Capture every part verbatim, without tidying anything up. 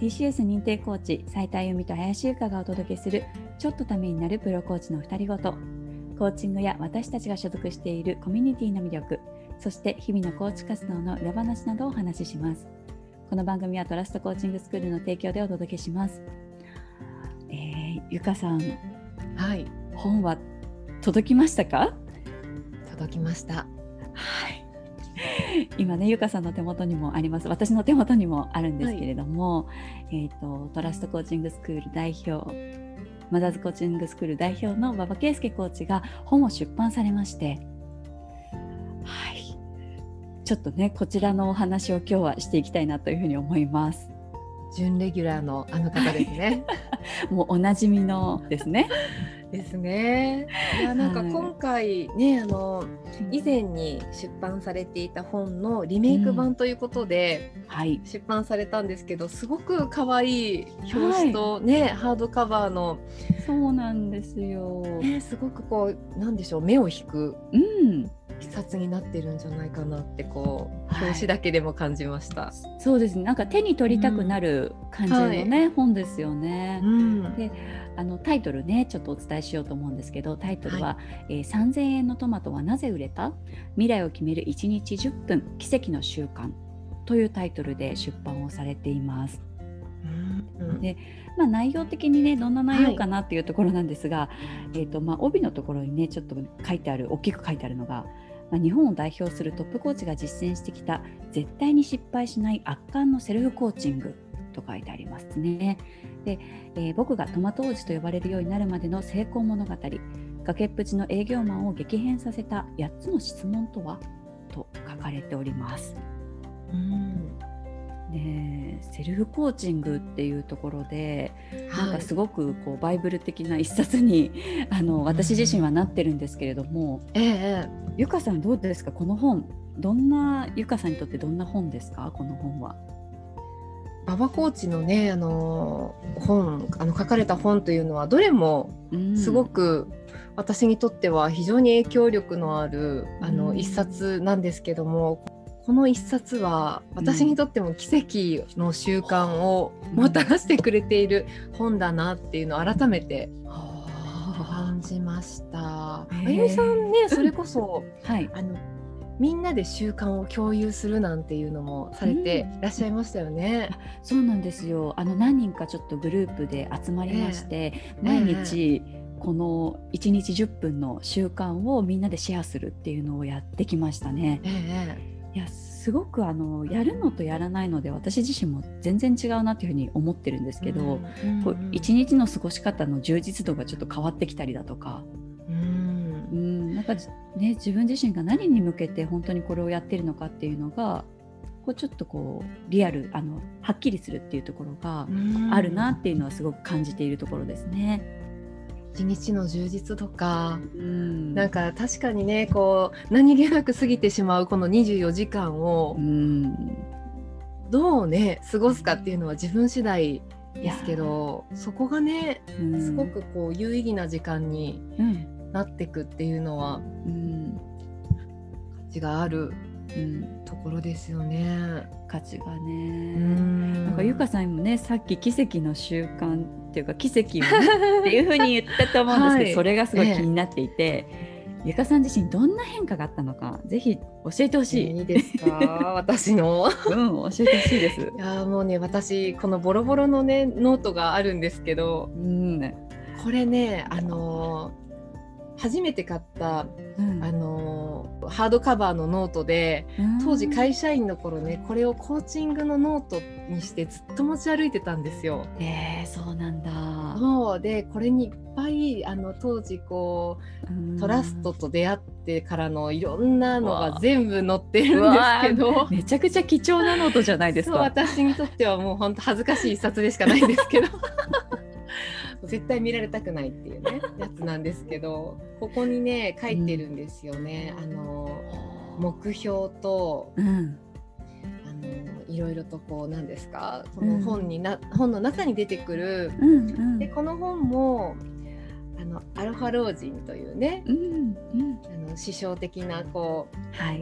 ティーシーエス 認定コーチ斉田由美と林由香がお届けするちょっとためになるプロコーチの二人ごと。コーチングや私たちが所属しているコミュニティの魅力、そして日々のコーチ活動の裏話などをお話しします。この番組はトラストコーチングスクールの提供でお届けします。えー、ゆかさん、 はい、 本は届きましたか？ 届きました。 はい、今ねゆかさんの手元にもあります、私の手元にもあるんですけれども、はい、えーと、トラストコーチングスクール代表、マザーズコーチングスクール代表の馬場圭介コーチが本を出版されまして、はい、ちょっとねこちらのお話を今日はしていきたいなというふうに思います。 準レギュラーのあの方ですね。 もうおなじみのですね。 ですね。いやなんか今回ね、はい、あの以前に出版されていた本のリメイク版ということで、うん、はい、出版されたんですけど、すごく可愛い表紙とね、はい、ハードカバーの、 そうなんですよ、 ね、すごくこうなんでしょう、目を引く、うん、一冊になってるんじゃないかなってこう、はい、表紙だけでも感じました。 そうですね、なんか手に取りたくなる感じのね、うん、はい、本ですよね、うん、であのタイトルねちょっとお伝えしようと思うんですけど、タイトルは、はい、えー、さんぜんえんのトマトはなぜ売れた？未来を決めるいちにちじゅっぷん奇跡の習慣というタイトルで出版をされています。うん、でまあ、内容的にねどんな内容かなっていうところなんですが、はい、えーとまあ、帯のところにねちょっと書いてある、大きく書いてあるのが、まあ、日本を代表するトップコーチが実践してきた絶対に失敗しない圧巻のセルフコーチングと書いてありますね。で、えー、僕がトマト王子と呼ばれるようになるまでの成功物語、崖っぷちの営業マンを激変させたやっつの質問とはと書かれております。うん、ね、セルフコーチングっていうところで、はい、なんかすごくこうバイブル的な一冊にあの私自身はなってるんですけれども、うん、ええ、ゆかさんどうですか、この本、どんな、ゆかさんにとってどんな本ですか、この本は。 馬場コーチのね、あの本、あの書かれた本というのはどれもすごく私にとっては非常に影響力のある、うん、あの一冊なんですけども、この一冊は私にとっても奇跡の習慣をもたらしてくれている本だなっていうのを改めて感じました。あゆみさんね、それこそ、はい、あのみんなで習慣を共有するなんていうのもされていらっしゃいましたよね。 うん、そうなんですよ。あの何人かちょっとグループで集まりまして、えー、毎日このいちにちじゅっぷんの習慣をみんなでシェアするっていうのをやってきましたね。えー、いやすごくあのやるのとやらないので私自身も全然違うなというふうに思ってるんですけど、うんうんうん、こういちにちの過ごし方の充実度がちょっと変わってきたりだとか、うんうん、なんかね、自分自身が何に向けて本当にこれをやってるのかっていうのがこうちょっとこうリアル、あのはっきりするっていうところがあるなっていうのはすごく感じているところですね。 一日の充実とか、うん、なんか確かにね、こう何気なく過ぎてしまうこのにじゅうよじかんを、うん、どうね過ごすかっていうのは自分次第ですけど、そこがね、うん、すごくこう有意義な時間になっていくっていうのは、うん、価値がある、うん、ところですよね。 価値がね、うん、なんかゆかさんもねさっき奇跡の習慣っていうか奇跡を、ね、っていうふうに言ったと思うんですけど、はい、それがすごい気になっていて、ええ、ゆかさん自身どんな変化があったのかぜひ教えてほしい。 いいですか私の、 うん、教えてほしいです。いやもうね、私このボロボロのねノートがあるんですけど、うん、これね、あのー初めて買った、うん、あのハードカバーのノートで、当時会社員の頃ね、これをコーチングのノートにしてずっと持ち歩いてたんですよ。 えー、そうなんだ。 そうで、これにいっぱいあの当時こうトラストと出会ってからのいろんなのが全部載ってるんですけど、 めちゃくちゃ貴重なノートじゃないですか。 そう、私にとってはもう本当恥ずかしい一冊でしかないんですけど絶対見られたくないっていうねやつなんですけど、ここにね書いてるんですよね、うん、あの目標と、うん、あのいろいろとこう何ですか、この本にな、うん、本の中に出てくる、うんうん、でこの本もあのアロハ老人というね、うんうん、あの師匠的なこう、はい、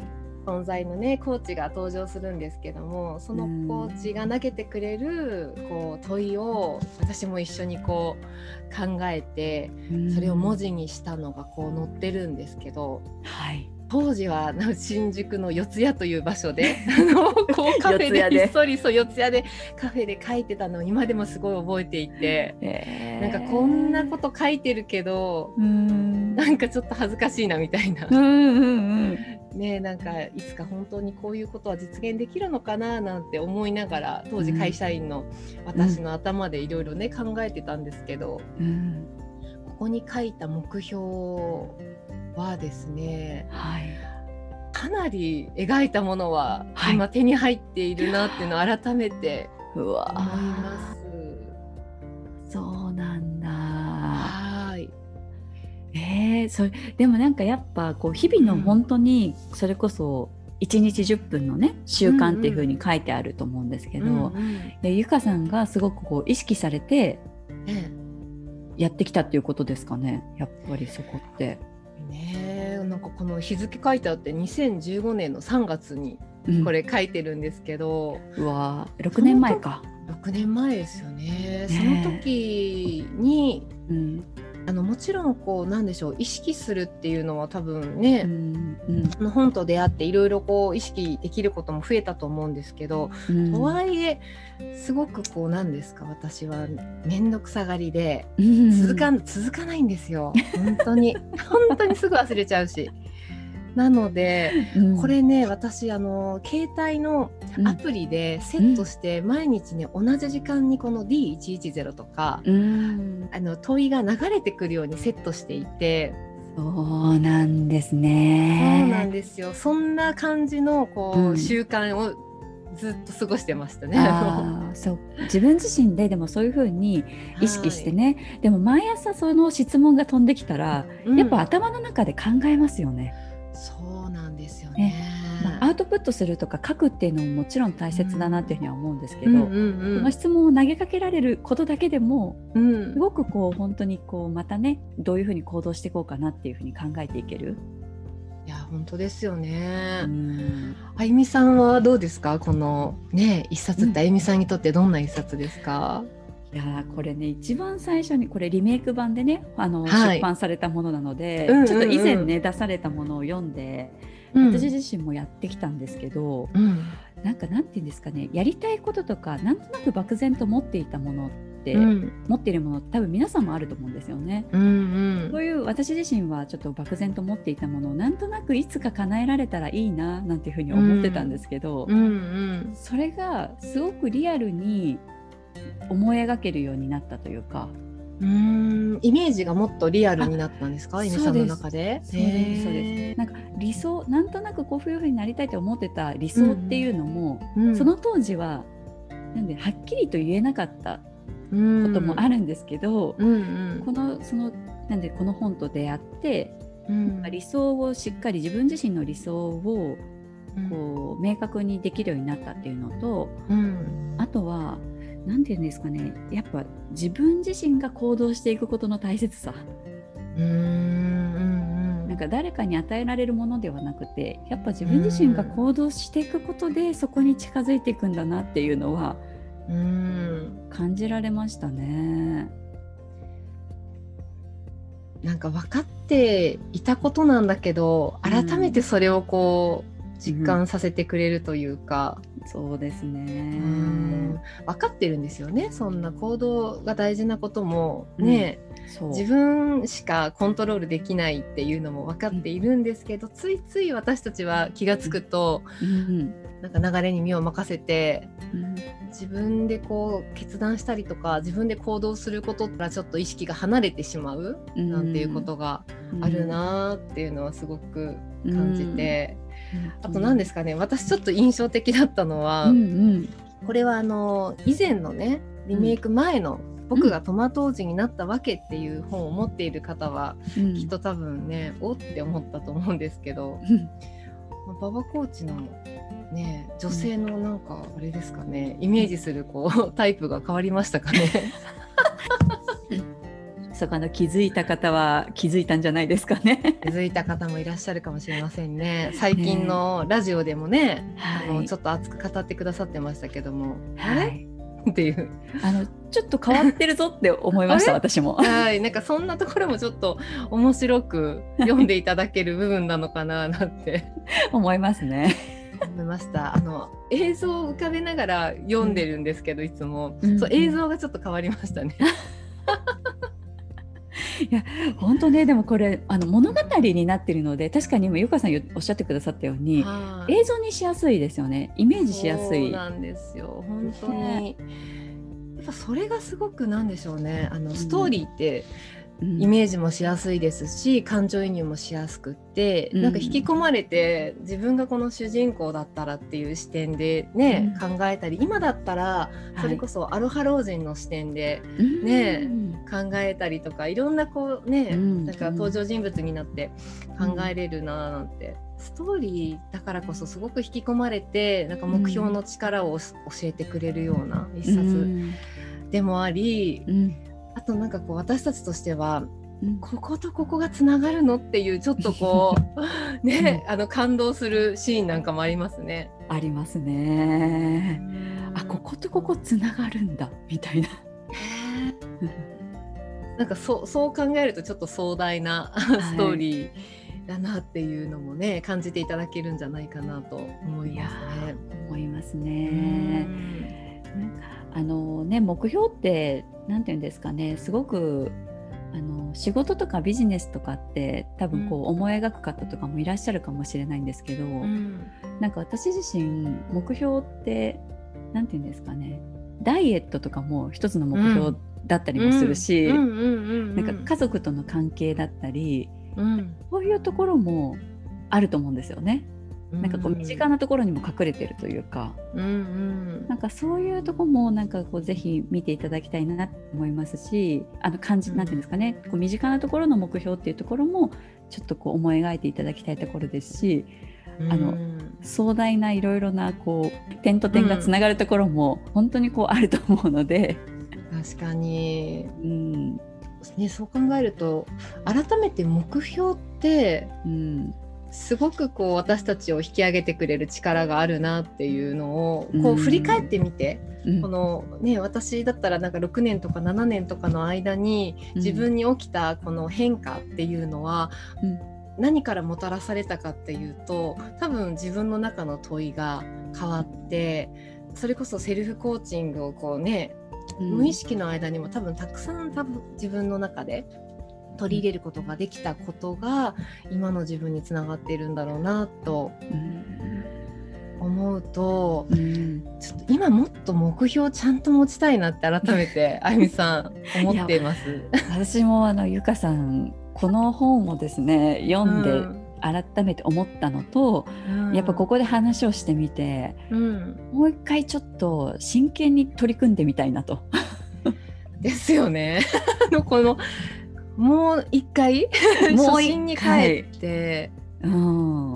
存在のねコーチが登場するんですけども、そのコーチが投げてくれるこう問いを私も一緒にこう考えて、それを文字にしたのがこう載ってるんですけど、 はい、 当時は新宿の四谷という場所でこうカフェでひっそりそう四谷でカフェで書いてたのを今でもすごい覚えていて、えー、なんかこんなこと書いてるけど、うーんなんかちょっと恥ずかしいなみたいな、うんうんうんね、なんかいつか本当にこういうことは実現できるのかななんて思いながら、当時会社員の私の頭でいろいろね考えてたんですけど、うん、ここに書いた目標はですね、はい、かなり描いたものは今手に入っているなっていうのを改めて思います。 そうなんだ。はい。えー、それでもなんかやっぱこう日々の本当にそれこそいちにちじゅっぷんのね習慣っていう風に書いてあると思うんですけど、うんうん、ゆかさんがすごくこう意識されてやってきたっていうことですかね、やっぱりそこってね。なんかこの日付書いてあってにせんじゅうごねんのさんがつにこれ書いてるんですけど、 うん、うわろくねんまえか。 ろくねんまえですよね。その時に、うん、あのもちろんこうなんでしょう、意識するっていうのは多分ね、うんうん、本と出会っていろいろこう意識できることも増えたと思うんですけど、うん、とはいえすごくこうなんですか、私は面倒くさがりで続か、うん、続かないんですよ本当に本当にすぐ忘れちゃうし。なので、うん、これね私あの携帯のアプリでセットして、うん、毎日ね同じ時間にこの ディーいちいちゼロ とか、うん、あの問いが流れてくるようにセットしていて。 そうなんですね。 そうなんですよ。そんな感じのこう、うん、習慣をずっと過ごしてましたね。 あそう自分自身ででもそういう風に意識してね、はい、でも毎朝その質問が飛んできたら、うん、やっぱ頭の中で考えますよね。 そうなんですよね。 ね、まあ、アウトプットするとか書くっていうのももちろん大切だなっていうふうには思うんですけど、うんうんうんうん、この質問を投げかけられることだけでも、うん、すごくこう本当にこうまたねどういうふうに行動していこうかなっていうふうに考えていける。 いや本当ですよね。うん、あゆみさんはどうですか、このね一冊ってあゆみさんにとってどんな一冊ですか？ いやこれね一番最初にこれリメイク版でねあの、はい、出版されたものなので、うんうんうん、ちょっと以前ね出されたものを読んで、うん、私自身もやってきたんですけど、うん、なんかなんていうんですかね、やりたいこととかなんとなく漠然と持っていたものって、うん、持っているものって多分皆さんもあると思うんですよね、うんうん、そういう私自身はちょっと漠然と持っていたものをなんとなくいつか叶えられたらいいななんていうふうに思ってたんですけど、うんうんうん、それがすごくリアルに思い描けるようになったというか、 うーんイメージがもっとリアルになったんですか、ゆみさんの中で。 そうですそうです。なんか理想、なんとなくこういう風になりたいと思ってた理想っていうのも、うんうん、その当時はなんではっきりと言えなかったこともあるんですけど、うんうん、このそのなんでこの本と出会って、うん、理想をしっかり自分自身の理想をこう明確にできるようになったっていうのと、うん、あとはなんていうんですかね、やっぱ自分自身が行動していくことの大切さ、うーん、うん、なんか誰かに与えられるものではなくて、やっぱ自分自身が行動していくことでそこに近づいていくんだなっていうのはうん感じられましたね。 なんか分かっていたことなんだけど、改めてそれをこう実感させてくれるというか、 うん、そうですね、 うん分かってるんですよね。そんな行動が大事なこともね、うん、そう自分しかコントロールできないっていうのも分かっているんですけど、うん、ついつい私たちは気がつくと、うん、なんか流れに身を任せて、うん、自分でこう決断したりとか自分で行動することからちょっと意識が離れてしまうなんていうことがあるなっていうのはすごく感じて、うんうん、あと何ですかね、私ちょっと印象的だったのは、うんうん、これはあの以前のねリメイク前の僕がトマト王子になったわけっていう本を持っている方は、うん、きっと多分ねおって思ったと思うんですけど、うん、馬場コーチのね女性のなんかあれですかね、イメージするこうタイプが変わりましたかね。 そこの気づいた方は気づいたんじゃないですかね。 気づいた方もいらっしゃるかもしれませんね。最近のラジオでもね、ねあのちょっと熱く語ってくださってましたけども、はい、あれっていうあのちょっと変わってるぞって思いました私も。 はい、なんかそんなところもちょっと面白く読んでいただける部分なのかななんて思いますね。 思いました。あの映像を浮かべながら読んでるんですけど、いつも、 うん、 そう映像がちょっと変わりましたね。 いや本当ね、でもこれあの物語になっているので、確かに今ゆかさんおっしゃってくださったように、映像にしやすいですよね。イメージしやすい。 そうなんですよ本当に。やっぱそれがすごくなんでしょうね。あのストーリーって、うん、イメージもしやすいですし、感情移入もしやすくって、うん、なんか引き込まれて自分がこの主人公だったらっていう視点でね、うん、考えたり、今だったらそれこそアロハ老人の視点でね、うん、考えたりとか、いろんなこうね、うん、なんか登場人物になって考えれるななんて、うん、ストーリーだからこそすごく引き込まれて、なんか目標の力を教えてくれるような一冊でもあり、うんうん、あとなんかこう私たちとしては、うん、こことここがつながるのっていうちょっとこうね、うん、あの感動するシーンなんかもありますね。 ありますね。あ、こことここつながるんだみたいな。 なんかそ う, そう考えるとちょっと壮大なストーリーだなっていうのもね、感じていただけるんじゃないかなと思いますね。 思いますね。なんかあのね、目標ってなんていうんですかね、すごくあの仕事とかビジネスとかって多分こう思い描く方とかもいらっしゃるかもしれないんですけど、うん、なんか私自身目標ってなんていうんですかね、ダイエットとかも一つの目標だったりもするし、なんか家族との関係だったり、うん、こういうところもあると思うんですよね。なんかこう身近なところにも隠れてるというか、うんうん、なんかそういうところもなんかこうぜひ見ていただきたいなと思いますし、あの感じ、なんていうんですかね、こう身近なところの目標っていうところもちょっとこう思い描いていただきたいところですし、あの壮大ないろいろなこう点と点がつながるところも本当にこうあると思うので、 うん、確かに、うんね、そう考えると改めて目標って、うんすごくこう私たちを引き上げてくれる力があるなっていうのをこう振り返ってみて、うん、このね、私だったらなんかろくねんとかななねんとかの間に自分に起きたこの変化っていうのは何からもたらされたかっていうと、多分自分の中の問いが変わって、それこそセルフコーチングをこうね、うん、無意識の間にも多分たくさん多分自分の中で取り入れることができたことが今の自分につながっているんだろうなと思うと、うん、ちょっと今もっと目標をちゃんと持ちたいなって改めてあゆみさん思っています。 私もあのゆかさんこの本をですね読んで改めて思ったのと、うん、やっぱここで話をしてみて、うん、もう一回ちょっと真剣に取り組んでみたいなと。 ですよね。このもう一回初心に帰って、うんうん、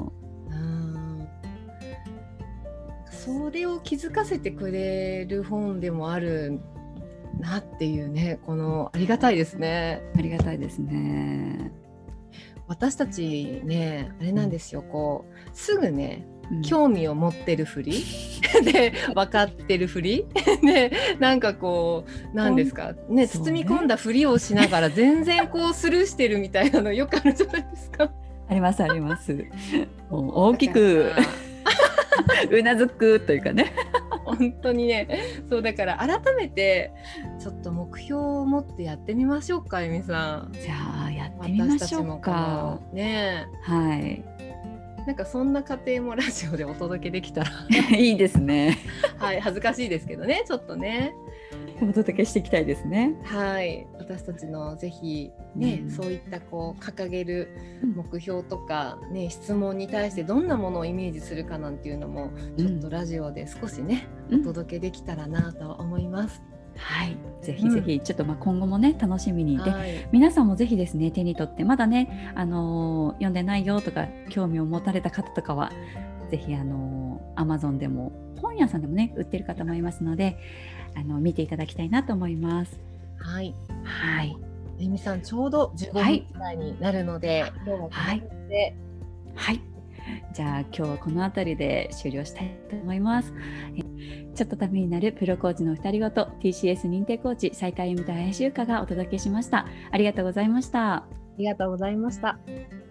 それを気づかせてくれる本でもあるなっていうね、このありがたいですね。 ありがたいですね。 私たちね、あれなんですよ、こうすぐね、うん、興味を持ってるふりで分かってるふりで、なんかこう何ですかね、包み込んだふりをしながら全然こうスルーしてるみたいなのよくあるじゃないですか。 ありますあります。もう大きくうなずくというかね。 本当にね、そうだから改めてちょっと目標を持ってやってみましょうか、ゆみさん。 じゃあやってみましょうか。 ね、はい。なんかそんな過程もラジオでお届けできたらいいですね。 はい、恥ずかしいですけどね、ちょっとね。 お届けしていきたいですね。 はい、私たちのぜひね、うん、そういったこう掲げる目標とか、ね、質問に対してどんなものをイメージするかなんていうのもちょっとラジオで少しね、うん、お届けできたらなと思います。 はい、ぜひぜひ、うん、ちょっとまあ今後もね楽しみにで、はい、皆さんもぜひですね手に取ってまだね、あのー、読んでないよとか興味を持たれた方とかはぜひあのー、Amazon でも本屋さんでもね売ってる方もいますので、あの見ていただきたいなと思います。 はい、 はい、 えみさんちょうどじゅうごふんくらいになるので、はい、今日はこの辺で、 はい、はい、じゃあ今日はこの辺りで終了したいと思います。ちょっとためになるプロコーチのふたりごと ティーシーエス 認定コーチ斉田由美と林優香がお届けしました。ありがとうございました。 ありがとうございました。